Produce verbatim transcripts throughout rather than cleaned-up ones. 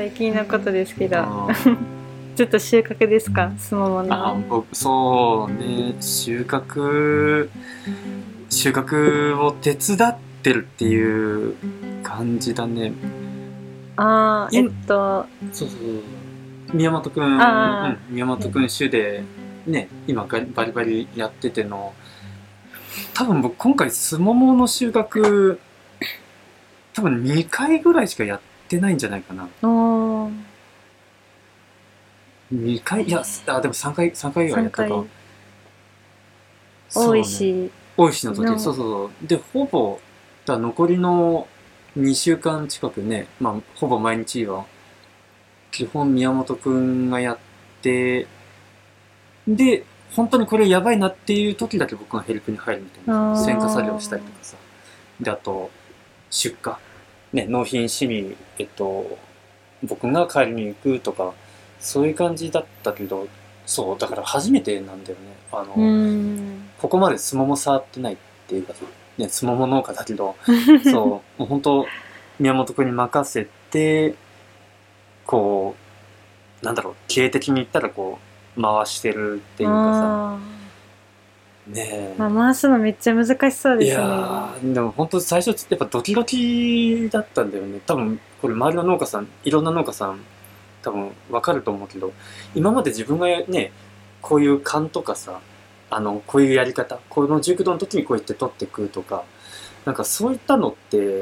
最近のことですけど、 あずっと収穫ですか、スモモの。 あ、僕そうね、収穫収穫を手伝ってるっていう感じだね。 ああ、えっ今と、 そうそう宮本くん、うあん、宮本くん主でね、今ガリバリバリやってての、多分僕今回スモモの収穫多分にかいぐらいしかやってないんじゃないかな。 あ、おー、 にかい、いや、あ、でもさんかい、さんかいはや 3 ったか。 回そうね。 大石大石の時、 の、 そうそうそう。で、ほぼ、だ残りのにしゅうかん近くね、まあ、ほぼ毎日は、基本宮本くんがやって、で、本当にこれやばいなっていう時だけ僕がヘルプに入るみたいな。 あー選果作業したりとかさ。で、あと、出荷。ね、納品しに、えっと、僕が帰りに行くとか、そういう感じだったけど、そう、だから初めてなんだよね。あの、 うーん。 ここまでスモモ触ってないっていうか、ね、スモモ農家だけど、そう、もう本当宮本くんに任せて、こう、なんだろう、経営的に言ったらこう、回してるっていうかさ、 あねえ。 ー、まあ、回すのめっちゃ難しそういですね。 やー、でも本当最初やっぱドキドキだったんだよね。多分、これ周りの農家さん、いろんな農家さん、多分わかると思うけど、今まで自分がね、こういう勘とかさ、あの、こういうやり方、この熟度の時にこうやって取っていくとか、なんかそういったのって、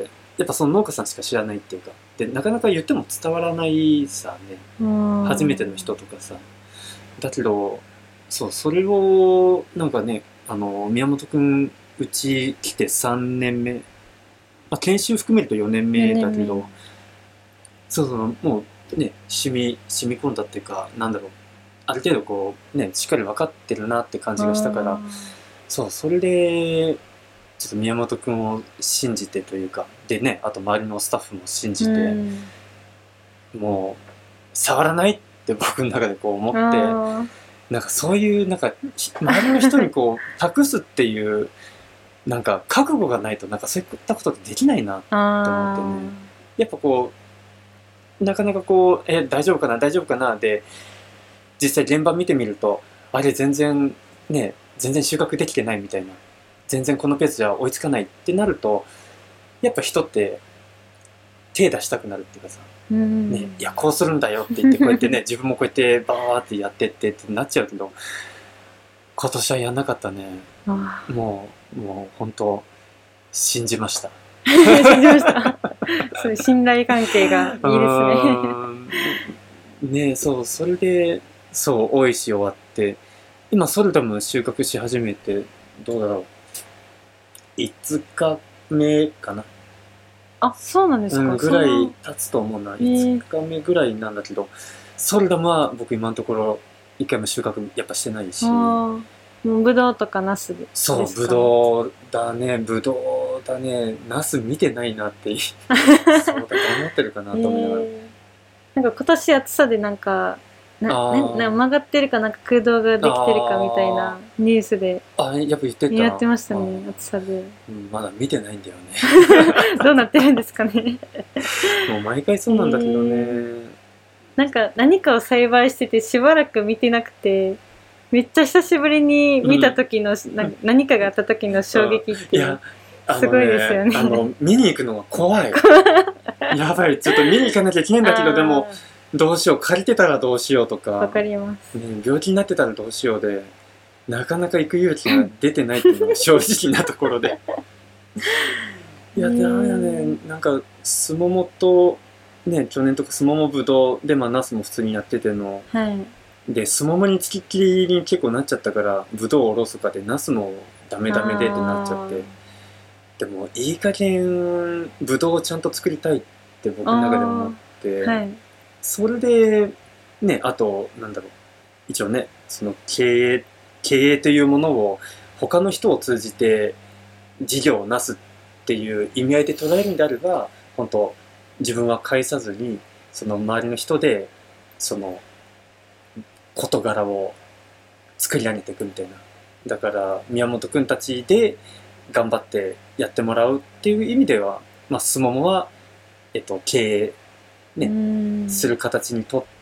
やっぱその農家さんしか知らないっていうか、で、なかなか言っても伝わらないさね、初めての人とかさ。だけど、そう、それを、なんかね、あの、宮本くん、うち来てさんねんめ、まあ、研修含めるとよねんめだけよねんど、そうそう、もうね、染み、染み込んだっていうか、なんだろう、ある程度こう、ね、しっかり分かってるなって感じがしたから、 あそう、それで、ちょっと宮本くんを信じてというか、でね、あと周りのスタッフも信じー、 て、 うんもう、触らないって僕の中でこう思って、 あなんかそういう、なんか、ひ周りの人にこう、託すっていう、なんか覚悟がないと、なんかそういったことってできないなーあと思ってね。やっぱこう、なかなかこう、え、大丈夫かな、大丈夫かな、で、実際現場見てみると、あれ全然ね、全然収穫できてないみたいな、全然このペースじゃ追いつかないってなると、やっぱ人って手出したくなるっていうかさ、 ー、うんね、いや、こうするんだよって言って、こうやってね、自分もこうやってバーってやってってってなっちゃうけど、今年はやんなかったね。 あもう、もう本当、信じました。 ー信じました。そういう信頼関係がいいですね。 ね。ねえ、そう、それで、そう、大石終わって、今、ソルダム収穫し始めて、どうだろう。いつかめかな。 あ、そうなんですか。 うん、ぐらいその経つと思うな。 えーいつかめぐらいなんだけど、ソルダムは僕今のところ、一回も収穫やっぱしてないし、 あーもうブドウとかナスですか。 そう、ぶどうだね、ぶどうだね、ナス見てないなって、そうだと思ってるかなと思いながら。 えー、なんか今年暑さでなんかなあーなな曲がってるかなんか空洞ができてるかみたいなニュースであ、やっぱ言ってた。 やってましたね、 うん暑さで。 うん、まだ見てないんだよね。 どうなってるんですかね。 もう毎回そうなんだけどね。 へなんか何かを栽培しててしばらく見てなくて、めっちゃ久しぶりに見た時の、な何かがあった時の衝撃っていや、あのね、 すごいですよね。 あの、見に行くのが怖い。やばい、ちょっと見に行かなきゃいけないんだけど、でも、どうしよう、借りてたらどうしようとか、 わかります。 ね、病気になってたらどうしようで、なかなか行く勇気が出てないっていうのが正直なところで。いや、ダメだね。なんか、すももと、ね、去年とかすももぶどうで、まあ、ナスも普通にやってての、 はい。 で、すももにつきっきりに結構なっちゃったから、ぶどうをおろすとかで、ナスのダメダメでってなっちゃって。でも、いい加減、ぶどうをちゃんと作りたいって僕の中で思って、 はい。 それで、ね、あと、なんだろう、一応ね、その経営、経営というものを他の人を通じて事業をなすっていう意味合いで捉えるんであれば、本当自分は介さずに、その周りの人で、その事柄を作り上げていくみたいな。だから、宮本くんたちで頑張ってやってもらうっていう意味では、まあ、すももは、えっと、経営ねうんする形にとって、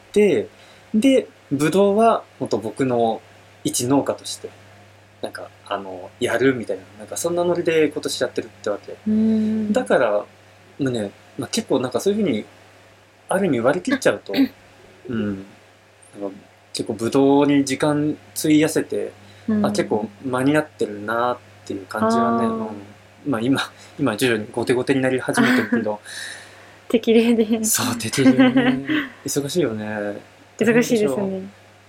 でブドウは本当僕の一農家としてなんかあのやるみたいな、なんかそんなノリで今年やってるってわけ。 うんだからもうね、まあ、結構なんかそういうふうにある意味割り切っちゃうと、うん、なんか結構ブドウに時間費やせて、 うんあ結構間に合ってるなっていう感じはね、 あーうんまあ今今徐々に後手後手になり始めてるけど適齢でそう適齢ね忙しいよね。 忙しいですね。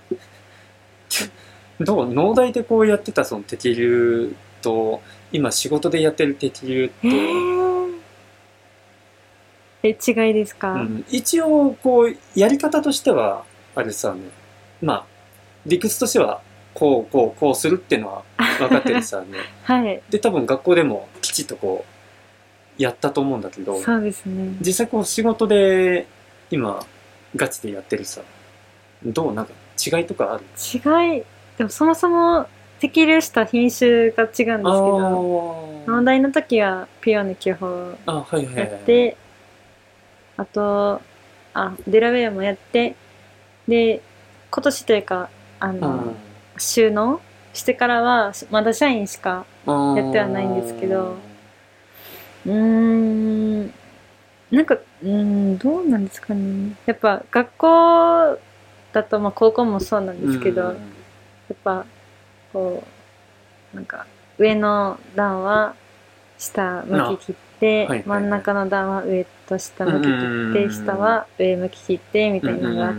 どう農大でこうやってたその適流と今仕事でやってる適流って、 えー、え違いですか？ うん、一応こうやり方としてはあれさね、まあ理屈としてはこうこうこうするっていうのは分かってるさねはいで多分学校でもきちっとこうやったと思うんだけど、 そうですね。 実際こう仕事で今ガチでやってるさ、どうなんか違いとかある？ 違いでもそもそも適流した品種が違うんですけど、農大の時はピオーネ巨峰ああはいはいはいやってあとあデラウェアもやって、で今年というかあの、収納してからはまだ社員しかやってはないんですけど、うーんなんかうーんどうなんですかね。やっぱ学校だとまあ高校もそうなんですけど、やっぱこうなんか上の段は下向き切って、 はいはいはい真ん中の段は上と下向き切って、下は上向き切ってみたいなのがあって、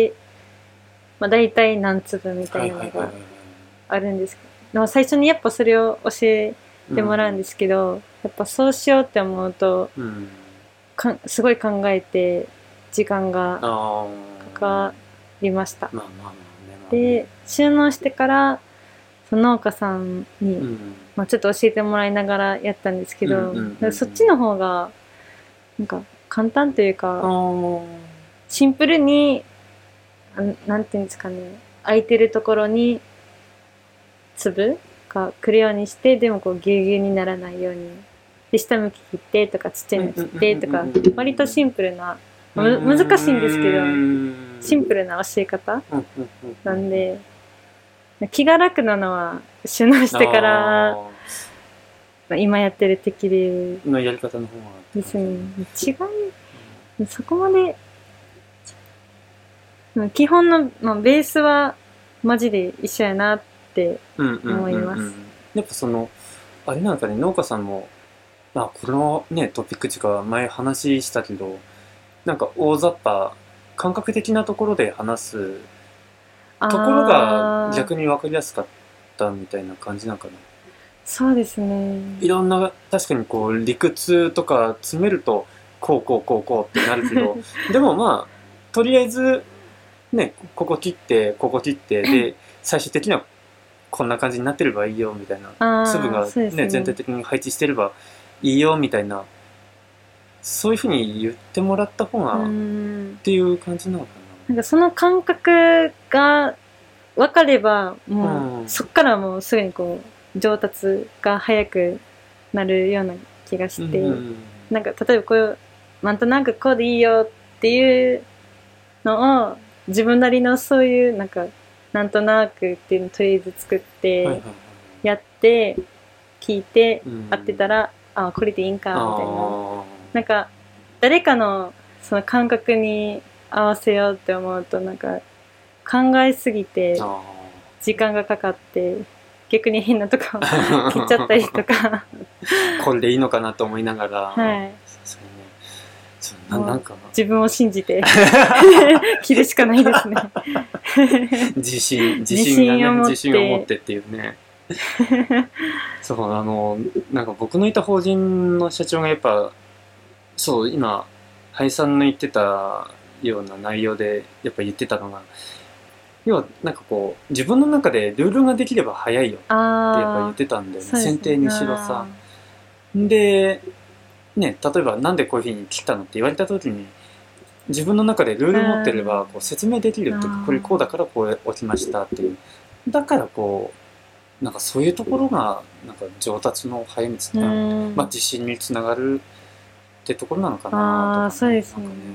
まあ、大体何粒みたいなのがあるんですけど、でも最初にやっぱそれを教えてもらうんですけど、やっぱそうしようって思うと、かすごい考えて時間がかかりました。で収納してからその農家さんに、うんまあ、ちょっと教えてもらいながらやったんですけど、そっちの方がなんか簡単というかシンプルにあなんていうんですかね、空いてるところに粒が来るようにして、でもこうぎゅうぎゅうにならないようにで下向き切ってとかちっちゃいの切ってとか、割とシンプルなむ難しいんですけどシンプルな教え方なんで、気が楽なのは収納してから今やってる適流のやり方の方がですね。違いそこまで基本の、まあ、ベースはマジで一緒やなって思います。 やっぱそのあれなんかね、農家さんもあこのねトピックっていうか前話したけど、なんか大雑把感覚的なところで話すところが逆に分かりやすかったみたいな感じなんかな。 そうですね。 いろんな確かにこう理屈とか詰めるとこうこうこうこうってなるけどでもまあとりあえずねここ切ってここ切ってで最終的にはこんな感じになってればいいよみたいな、粒がね、ね全体的に配置してればいいよみたいな、そういうふうに言ってもらった方がっていう感じなのかな。 なんかその感覚が分かればもう、うん、そっからもうすぐにこう上達が早くなるような気がして、うん、なんか例えばこうなんとなくこうでいいよっていうのを自分なりのそういうなんかなんとなくっていうのをとりあえず作ってやって聞いて合ってたら、うん、あこれでいいんかみたいな、なんか誰かのその感覚に合わせようって思うとなんか考えすぎて時間がかかって逆に変なとこ切っちゃったりとかこれでいいのかなと思いながら、 はい、 そうね、そうななんか自分を信じて切るしかないですね自信自信がね自信を持ってっていうねそうあのなんか僕のいた法人の社長がやっぱそう今林さんの言ってたような内容でやっぱ言ってたのが、要はなんかこう自分の中でルールができれば早いよってやっぱ言ってたんだよね、選定にしろさ。でね、例えばなんでこういうふうに切ったのって言われた時に自分の中でルール持ってればこう説明できるっていうか、これこうだからこう起きましたっていう、だからこうなんかそういうところがなんか上達の早道とか、まあ自信につながるってところなのかなとか、ね、 あそうですね。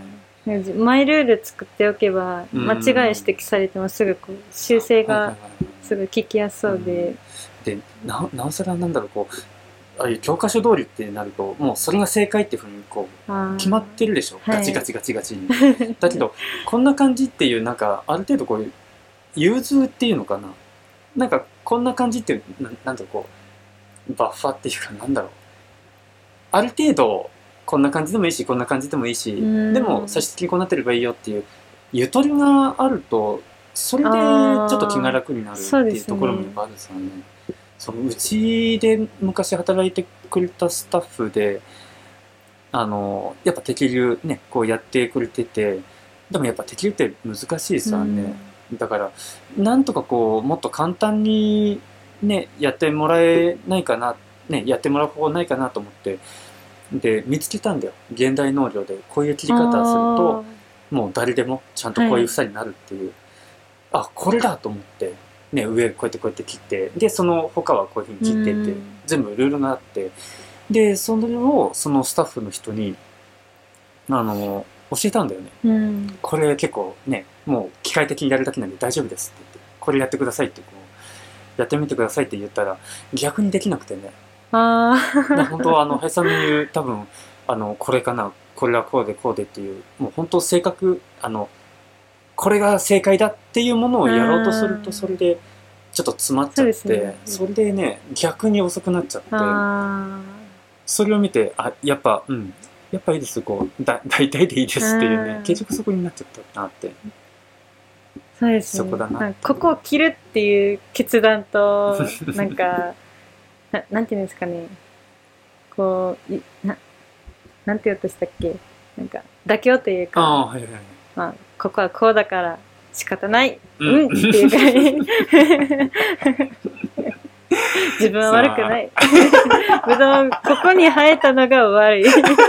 マイルール作っておけばうん間違い指摘されてもすぐこう修正がはいはいはいはいすぐ聞きやすそうで、 でななおさらなんだろうこうああいう教科書通りってなるともうそれが正解っていうふうにこうあー決まってるでしょ、 はいガチガチガチガチにだけどこんな感じっていうなんかある程度こういう融通っていうのかな、なんかこんな感じっていうななんだろうこうバッファっていうかなんだろう、ある程度こんな感じでもいいしこんな感じでもいいし、 うんでも最終的にこうなってればいいよっていうゆとりがあるとそれでちょっと気が楽になるっていうところもやっぱあるんですよね。そのうちで昔働いてくれたスタッフであのやっぱ適流ねこうやってくれてて、でもやっぱ適流って難しいですよね、だからなんとかこうもっと簡単にねやってもらえないかな、ね、やってもらう方法ないかなと思ってで見つけたんだよ。現代農業でこういう切り方をするともう誰でもちゃんとこういう房になるっていう、はい、あこれだと思って、ね、上こうやってこうやって切ってでその他はこういうふうに切ってって全部ルールがあって、でそれをそのスタッフの人にあの教えたんだよね、 うん、 これ結構ねもう機械的にやるだけなんで大丈夫ですって言ってこれやってくださいってこうやってみてくださいって言ったら逆にできなくてね、 ああ本当はあの林さんの言う多分あのこれかなこれはこうでこうでっていうもう本当正確あのこれが正解だっていうものをやろうとするとそれでちょっと詰まっちゃって そ,、ね、それでね逆に遅くなっちゃってそれを見てあやっぱうんやっぱいいですこうだ大体でいいですっていうね結局そこになっちゃったなって。 そうですね、 そこだなここを切るっていう決断となんかななんていうんですかねこういななんて言おうとしたっけなんか妥協というかあ、はいはいまあ、ここはこうだから仕方ないうん、うん、っていうか自分は悪くないぶどうここに生えたのが悪い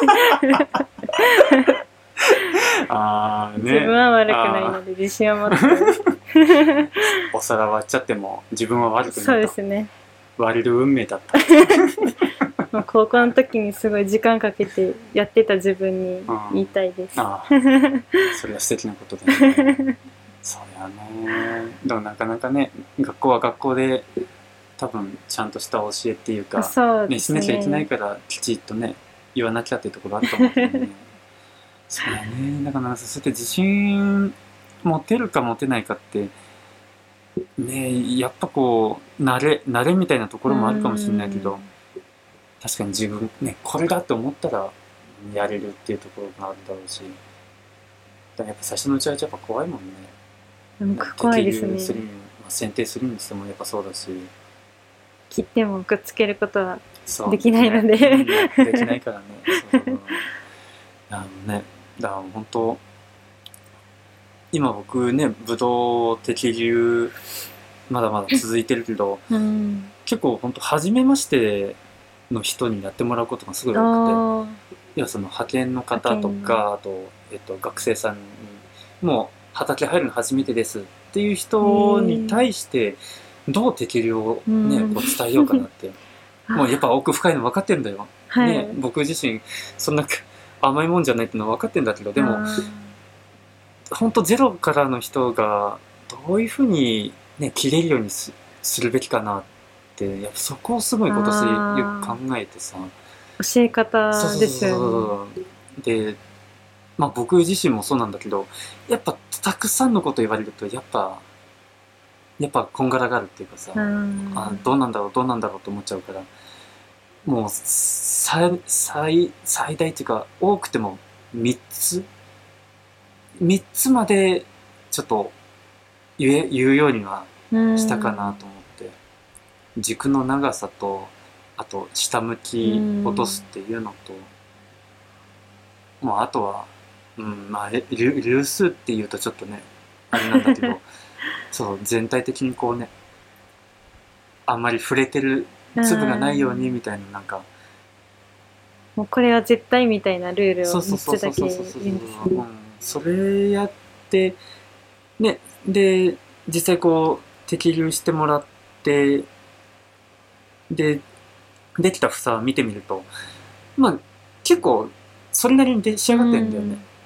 あ、ね、 自分は悪くないので自信を持ってお皿割っちゃっても自分は悪くないと。 そうですね、 割れる運命だったもう高校の時にすごい時間かけてやってた自分に言いたいです。 ああそれは素敵なことだねそうやね。でもなかなかね学校は学校で多分ちゃんとした教えっていうかそうですね、 ねしなきゃいけないからきちっとね言わなきゃっていうところあると思うけどねそうやね。だからそうやって自信持てるか持てないかってねやっぱこう慣れ慣れみたいなところもあるかもしれないけど、確かに自分ねこれだって思ったらやれるっていうところがあるだろうし、だやっぱ最初のうちはやっぱ怖いもんね。 なんか怖いですね。 するに、まあ、剪定するにしてもやっぱそうだし、 切ってもくっつけることはそうできないので、 ね、うん、できないからね。そうあのねだから本当今僕ねブドウ適流まだまだ続いてるけど、 うん、結構本当初めましての人にやってもらうことがすごい多くて、要はその派遣の方とかあと、えっと、学生さんにもう畑入るの初めてですっていう人に対してどう適量を、ね、こう伝えようかなってもうやっぱ奥深いの分かってるんだよ、はい、ね、僕自身そんな甘いもんじゃないっていうのは分かってるんだけど、でも本当ゼロからの人がどういうふうに、ね、切れるように す, するべきかなってやっぱそこをすごい今年よく考えてさ、 教え方ですよね。 で、まあ、僕自身もそうなんだけどやっぱたくさんのこと言われるとやっぱやっぱこんがらがるっていうかさ、あどうなんだろうどうなんだろうと思っちゃうから、もう最最最大っていうか多くてもみっつみっつまでちょっと言え言うようにはしたかなと思って、軸の長さとあと下向き落とすっていうのと、もうあとは、うんまあ、流数っていうとちょっとねあれなんだけどそう全体的にこうねあんまり触れてる粒がないようにみたいな、なんかもうこれは絶対みたいなルールをみっつだけ言うんですね。 それやってねで実際こう適流してもらってでできた房を見てみるとまあ結構それなりにで仕上がってるんだよね。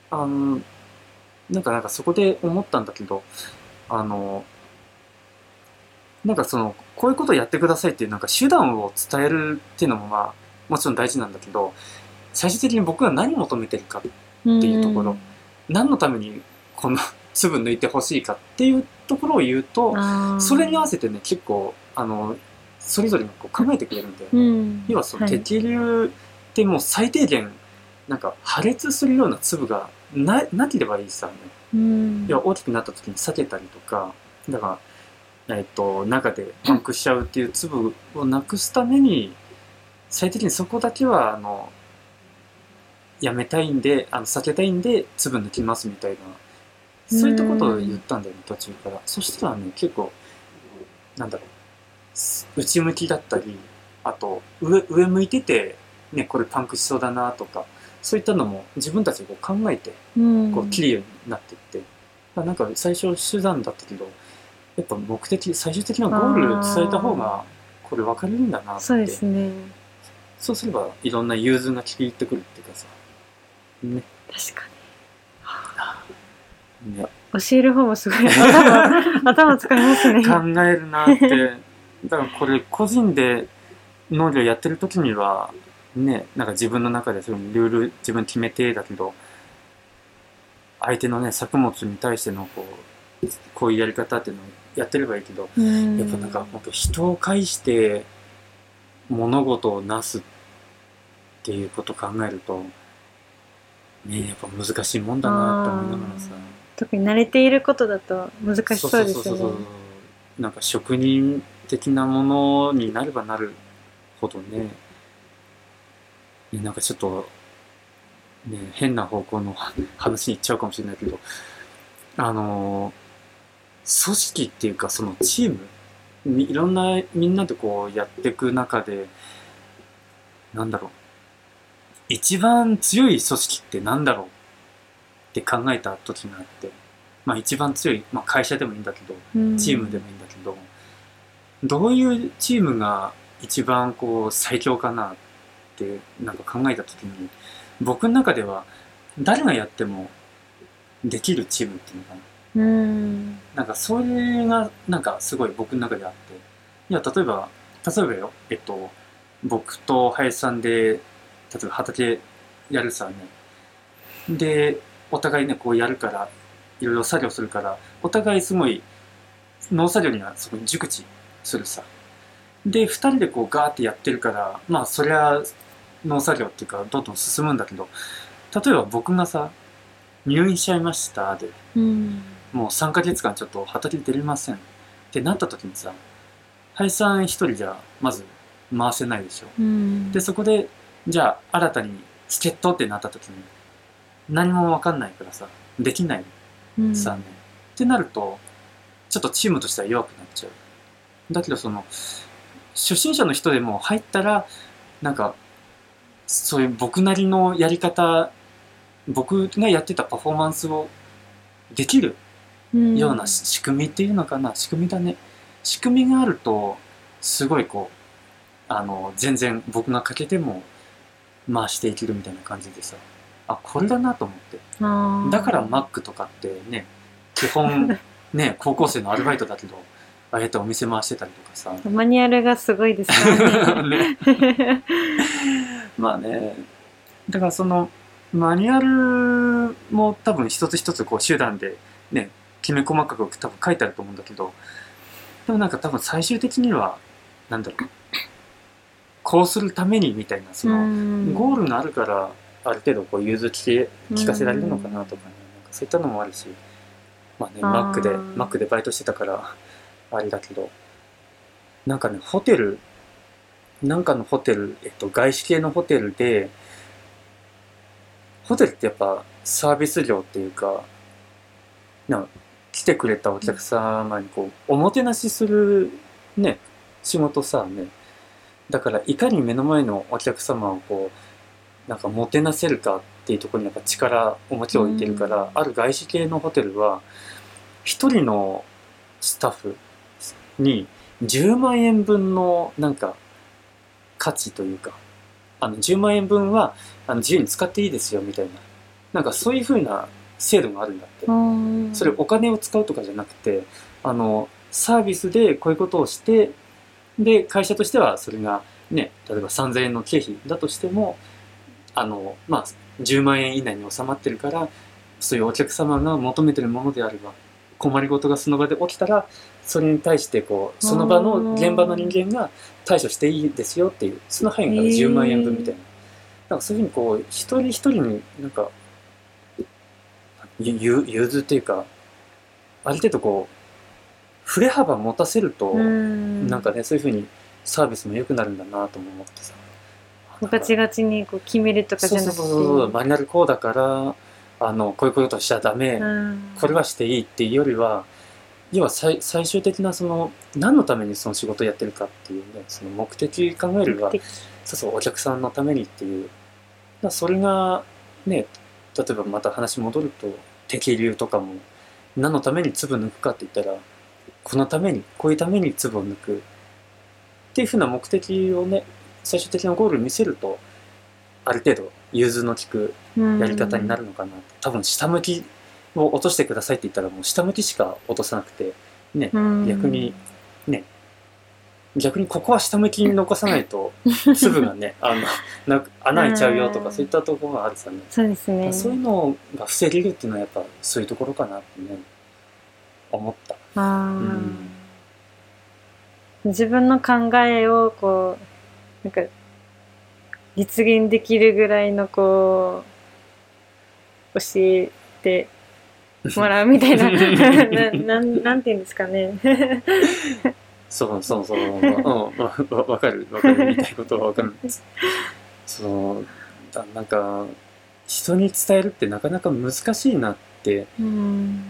あのなんかなんかそこで思ったんだけど、あのなんかそのこういうことをやってくださいっていうなんか手段を伝えるっていうのもまあもちろん大事なんだけど、最終的に僕が何を求めてるかっていうところ、何のためにこの粒抜いてほしいかっていうところを言うと、それに合わせてね結構あのそれぞれにこう考えてくれるんだよね。うん、要はその滴流ってもう最低限なんか破裂するような粒が な, なければいいさね。うん、要は大きくなった時に避けたりとか、だから、えっと、中でパンクしちゃうっていう粒をなくすために最低限そこだけはあのやめたいんで、あの避けたいんで粒抜きますみたいな、そういったことを言ったんだよね、途中から。そしたらね結構なんだろう、内向きだったり、あと 上, 上向いてて、ね、これパンクしそうだなとか、そういったのも自分たちでこう考えてこう綺麗になっていって、うん、なんか最初手段だったけどやっぱ目的、最終的なゴール伝えた方がこれ分かれるんだなって。 そうですね。 そうすればいろんな融通が利いてくるっていうかさ、ね、 確かに、ね、 教える方もすごい頭頭使いますね。 考えるなって。だからこれ個人で農業やってる時にはね、なんか自分の中でそういうルール自分決めてだけど、相手のね作物に対してのこうこういうやり方っていうのをやってればいいけど、やっぱなんか本当人を介して物事をなすっていうことを考えるとね、やっぱ難しいもんだなって思いながらさ。 特に慣れていることだと難しそうですよね。 なんか職人的なものになればなるほどね、なんかちょっとね変な方向の話にいっちゃうかもしれないけど、あの組織っていうかそのチーム、いろんなみんなでこうやっていく中で、なんだろう、一番強い組織ってなんだろうって考えた時があって、まあ一番強い、まあ、会社でもいいんだけどチームでもいいんだけど、どういうチームが一番こう最強かなってなんか考えた時に、僕の中では誰がやってもできるチームっていうのかな、うん、なんかそれがなんかすごい僕の中であって、いや例えば例えばよ、えっと僕と林さんで例えば畑やるさね、でお互いねこうやるからいろいろ作業するから、お互いすごい農作業にはすごい熟知するさ。でふたりでこうガーってやってるから、まあそりゃ農作業っていうかどんどん進むんだけど、例えば僕がさ入院しちゃいましたで、うん、もうさんかげつかんちょっと畑に出れませんってなった時にさ、林さん一人じゃまず回せないでしょ、うん、でそこでじゃあ新たに助っ人ってなった時に何も分かんないからさできない、うん、さねってなるとちょっとチームとしては弱くなっちゃう。だけどその初心者の人でも入ったらなんかそういう僕なりのやり方、僕がやってたパフォーマンスをできるような仕組みっていうのかな、仕組みだね。仕組みがあるとすごいこうあの全然僕がかけても回していけるみたいな感じでさ、あこれだなと思って。だからマックとかってね基本ね高校生のアルバイトだけどああやってお店回してたりとかさ、 マニュアルがすごいですからね。ねまあね、だからそのマニュアルも多分一つ一つこう手段でねきめ細かく多分書いてあると思うんだけど、でもなんか多分最終的にはなんだろう、こうするためにみたいなそのゴールがあるからある程度こう融通聞かせられるのかなとかね、なんかそういったのもあるし、まあねマックでマックでバイトしてたからあれだけど、なんかねホテルなんかのホテル、えっと、外資系のホテルで、ホテルってやっぱサービス業っていうか、なんか来てくれたお客様にこうおもてなしするね仕事さね、だからいかに目の前のお客様をこうなんかもてなせるかっていうところにやっぱ力重きを置いてるから、うん、ある外資系のホテルは一人のスタッフにじゅうまんえんぶんのなんか価値というか、あのじゅうまんえんぶんはあの自由に使っていいですよみたいななんかそういう風な制度があるんだって。 うんそれお金を使うとかじゃなくて、あのサービスでこういうことをして、で会社としてはそれがね、例えばさんぜんえんの経費だとしても、あのまあじゅうまんえん以内に収まってるから、そういうお客様が求めてるものであれば、困りごとがその場で起きたら、それに対してこうその場の現場の人間が対処していいですよっていう、その範囲がじゅうまんえんぶんみたいな。なんかそういうふうにこう一人一人になんかゆ融通っていうか、ある程度こう振れ幅持たせると、 うんなんかね、そういうふうにサービスも良くなるんだなとも思ってさ。 ガチガチにこう決めるとかじゃなくて、 そうそうそうそう、マニュアルこうだからあのこういうことしちゃダメ、 うんこれはしていいっていうよりは、要は最最終的なその何のためにその仕事をやってるかっていうね、その目的考えるは、 目的そうそう、お客さんのためにっていう。だからそれがね、例えばまた話戻ると、適流とかも何のために粒抜くかって言ったら、このために、こういうために粒を抜くっていうふうな目的をね、最終的なゴールに見せると、ある程度融通の利くやり方になるのかな。多分下向きを落としてくださいって言ったら、もう下向きしか落とさなくてね、逆にね、逆にここは下向きに残さないと粒がね、あのなんか穴開いちゃうよとか、そういったところがあるさね。 そうですね。 そういうのが防げるっていうのはやっぱそういうところかなってね、思った。 あ、 うん、 自分の考えをこうなんか実現できるぐらいのこう教えてもらうみたいなな, な, なんていうんですかね。 そうそうそう、うん、わ分かる分かる、言いたいことは分かるんです。そうだ、なんか人に伝えるってなかなか難しいなって、 うん、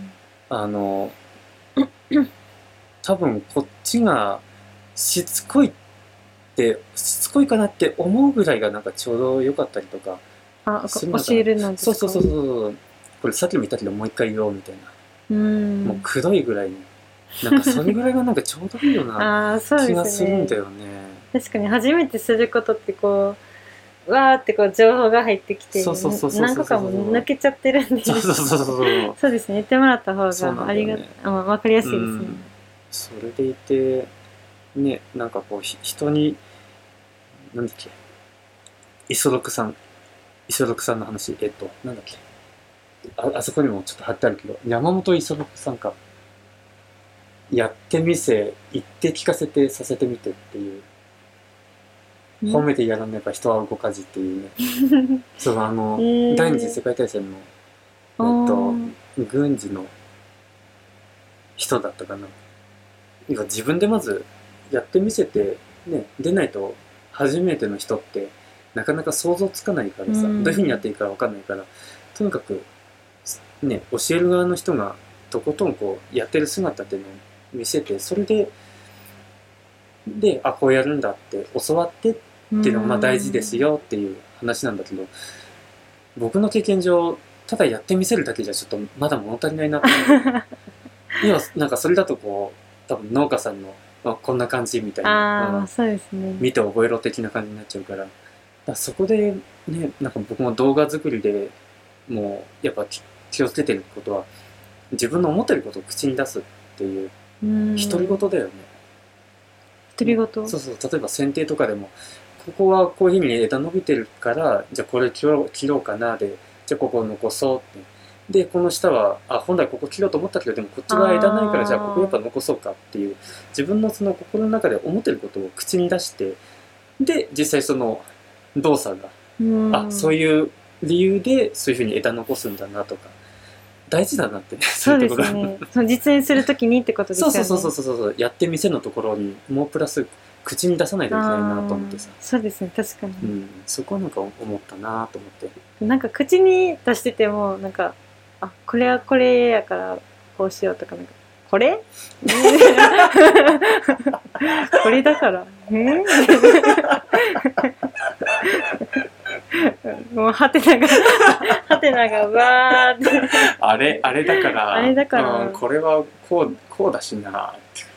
あの多分こっちがしつこいってしつこいかなって思うぐらいがなんかちょうど良かったりとかするのかな。あ、教えるのですか。 そうそうそうそう、これさっきも言ったけどもう一回言おうみたいな、 うん、 もうくどいぐらいに、なんかそれぐらいがなんかちょうどいいような気がするんだよね。 確かに初めてすることってこうわーってこう情報が入ってきて何個かも抜けちゃってるんで、 そうそうそうそうそうですね、言ってもらった方がありが、ね、あ、まあ、分かりやすいですね。うん、 それでいてね、なんかこう人になんだっけ、磯六さん磯六さんの話、えっとなんだっけ、あ, あそこにもちょっと貼ってあるけど、山本磯六さんか、やってみせ、言って聞かせてさせてみてっていう、褒めてやらねば人は動かずっていうね。そのあの、えー、第二次世界大戦のえっと軍事の人だったかな。今自分でまずやってみせてね、出ないと初めての人ってなかなか想像つかないからさ、どういうふうにやっていいか分かんないから、とにかくね、教える側の人がとことんこうやってる姿っていうのを見せて、それでで、あ、こうやるんだって教わってっていうのがまあ大事ですよっていう話なんだけど、僕の経験上ただやってみせるだけじゃちょっとまだ物足りないなって今なんかそれだとこう多分農家さんの、まあ、こんな感じみたいな、 あ、うん、そうですね、 見て覚えろ的な感じになっちゃうから、だからそこでね、なんか僕も動画作りでもうやっぱ気をつけてることは、自分の思ってることを口に出すっていう独り言だよね。 独り言、 そうそう、例えば剪定とかでも、ここはこういうふうに枝伸びてるから、じゃあこれ切ろう、切ろうかなで、じゃあここ残そうって。で、この下は、あ、本来ここ切ろうと思ったけど、でもこっちは枝ないから、じゃあここやっぱ残そうかっていう、自分のその心の中で思ってることを口に出して、で、実際その動作が、あ、そういう理由でそういうふうに枝残すんだなとか、大事だなってね。 そうですね。その実演するときにってことですよね。 そうそうそうそうそう、やってみせのところにもうプラス口に出さないといけないなと思ってさ。 そうですね、確かに。 うん、そこはなんか思ったなと思って。 なんか口に出しててもなんか、あ、これはこれやからこうしようとか、なんかこれこれだからえー、もうハテナがハテナがわーってあれあれだからあれだから、 うん、これはこうこうだしな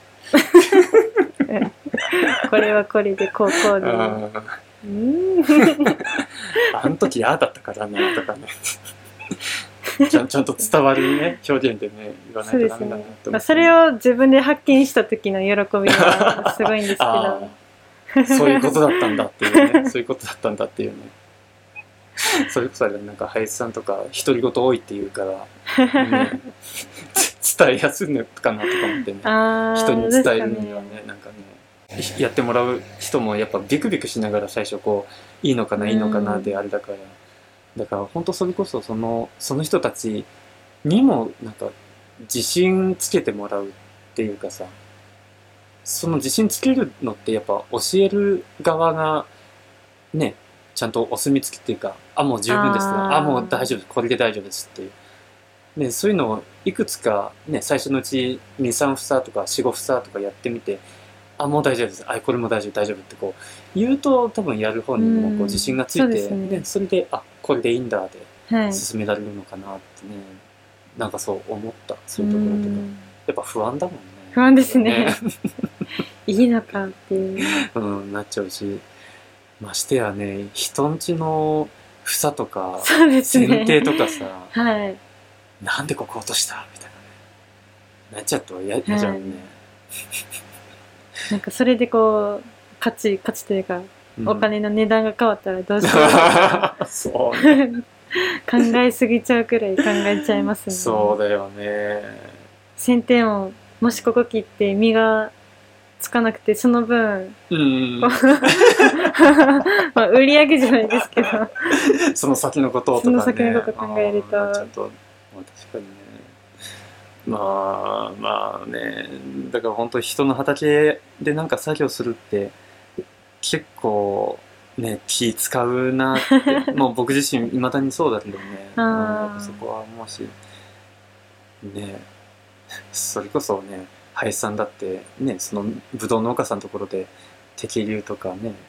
これはこれでこうこうで、 うんあん時ああだったからねとかねちゃんちゃんと伝わるね表現でね言わないとダメだなと思って、 そうですね、それを自分で発見した時の喜びはすごいんですけどそういうことだったんだっていうねそういうことだったんだっていうねそれこそあれなんか林さんとか独り言多いって言うから、ね、伝えやすいのかなとか思ってね人に伝えるにはねなんかねやってもらう人もやっぱビクビクしながら最初こういいのかないいのかなってあれだから、だから本当それこそそのその人たちにもなんか自信つけてもらうっていうかさ、その自信つけるのってやっぱ教える側がねちゃんとお墨付きっていうか、あもう十分です、ああもう大丈夫、これで大丈夫ですっていう、ね、そういうのをいくつか、ね、最初のうちにさん房とかよんご房とかやってみて、あもう大丈夫です、あこれも大丈夫大丈夫ってこう言うと多分やる方にもこう自信がついて、そ, ねね、それであこれでいいんだで進められるのかなってね、はい、なんかそう思った。そういうところとかやっぱ不安だもんね。 不安ですねいいのかっていう、 うん、なっちゃうし、ましてやね人んちの房とか剪定とかさ、 はい、 なんでここ落としたみたいなねなっちゃうと嫌じゃんね、はい、 なんかそれでこう価値価値というか、うん、お金の値段が変わったらどうしようそう、ね、考えすぎちゃうくらい考えちゃいますね。 そうだよね。 剪定ももしここ切って実がつかなくてその分、うん、まあ売り上げじゃないですけどその先のこととかね、 その先のこと考えると、 ちょっと、まあ、確かにね、まあまあね、だから本当人の畑でなんか作業するって結構ね気使うなってもう僕自身いまだにそうだけどねあそこは思うしね、それこそね林さんだってねそのぶどう農家さんのところで摘粒とかね、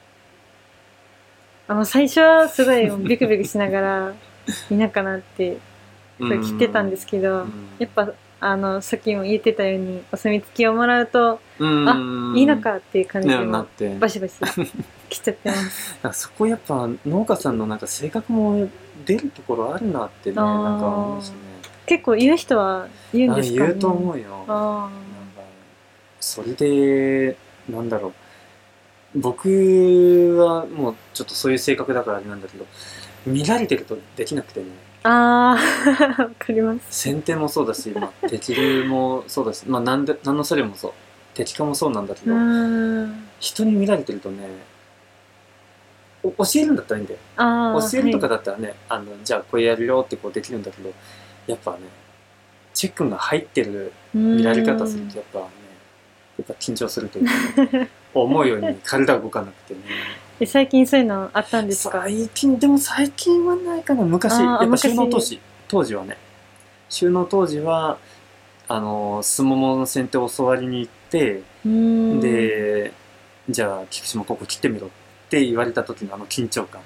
あの最初はすごいビクビクしながらいいのかなって切ってたんですけど、やっぱあのさっきも言ってたようにお墨付きをもらうと、あいいのかっていう感じでもバシバシ切っちゃってます。 そこやっぱ農家さんのなんか性格も出るところあるなってねなんか思うしね。結構言う人は言うんですかね。 言うと思うよ。あなんかそれでなんだろう、僕はもうちょっとそういう性格だからあれなんだけど、見られてるとできなくてね。 ああわかります。 剪定もそうだし、まあ、摘粒もそうだし、まあ何で何の作業もそう摘果もそうなんだけど、人に見られてるとね教えるんだったらいいんだよ。教えるとかだったらね、はい、あのじゃあこれやるよってこうできるんだけど、やっぱねチェックが入ってる見られ方するとやっぱねやっぱ緊張するというか、ね、思うように体が動かなくてね。 え最近そういうのあったんですか？ 最近でも最近はないかな。昔やっぱ収納当時当時はね収納当時はあのすももの剪定を教わりに行って、でじゃあ菊島ここ切ってみろって言われた時のあの緊張感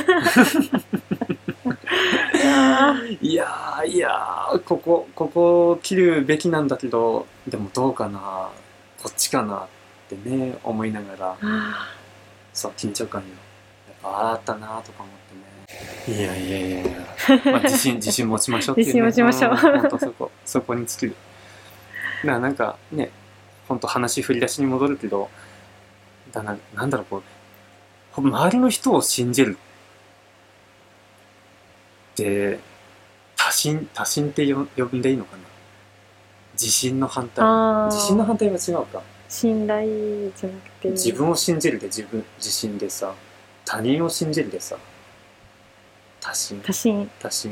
いやーいやーここここ切るべきなんだけどでもどうかなこっちかなってね思いながらそう緊張感よやっぱあったなとか思ってね。いやいやいやいや、まあ、自信自信持ちましょうっていうね。 自信持ちましょう。 本当そこそこに尽きる。だからなんかね本当話振り出しに戻るけどだななんだろうこう周りの人を信じるって多信多信って呼んでいいのかな。自信の反対。自信の反対は違うか。 信頼じゃなくて自分を信じるで自分自信でさ、他人を信じるでさ多信多信多信、うん、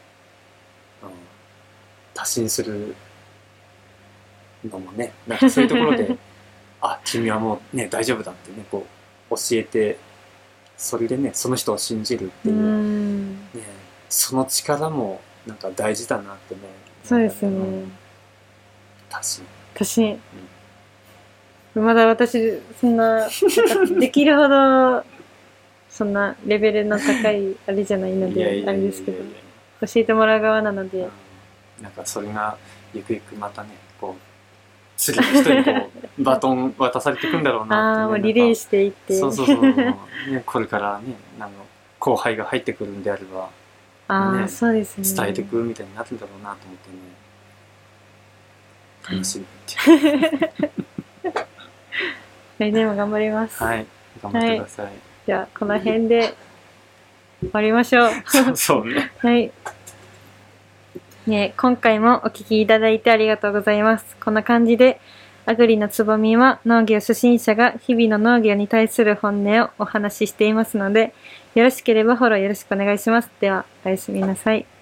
多信するのもねなんかそういうところであ君はもうね大丈夫だってねこう教えてそれでねその人を信じるっていう、うんね、その力もなんか大事だなってね。 そうですよね。 多信多信、うんまだ私そんなできるほどそんなレベルの高いあれじゃないのであれですけど教えてもらう側なので、 うん、なんかそれがゆくゆくまたねこう次の人にこうバトン渡されていくんだろうなって、ね、 ああもうリレーしていってそうそうそう、ね、これからねあの後輩が入ってくるんであればああ、 ねそうですね。 伝えていくみたいになるんだろうなと思ってね、楽しみ来年も頑張ります。 はい、頑張ってください。 じゃあ、この辺で終わりましょう。 そうそうね。 はい。ね、今回もお聞きいただいてありがとうございます。こんな感じで、アグリのつぼみは農業初心者が日々の農業に対する本音をお話ししていますので、よろしければフォローよろしくお願いします。では、おやすみなさい。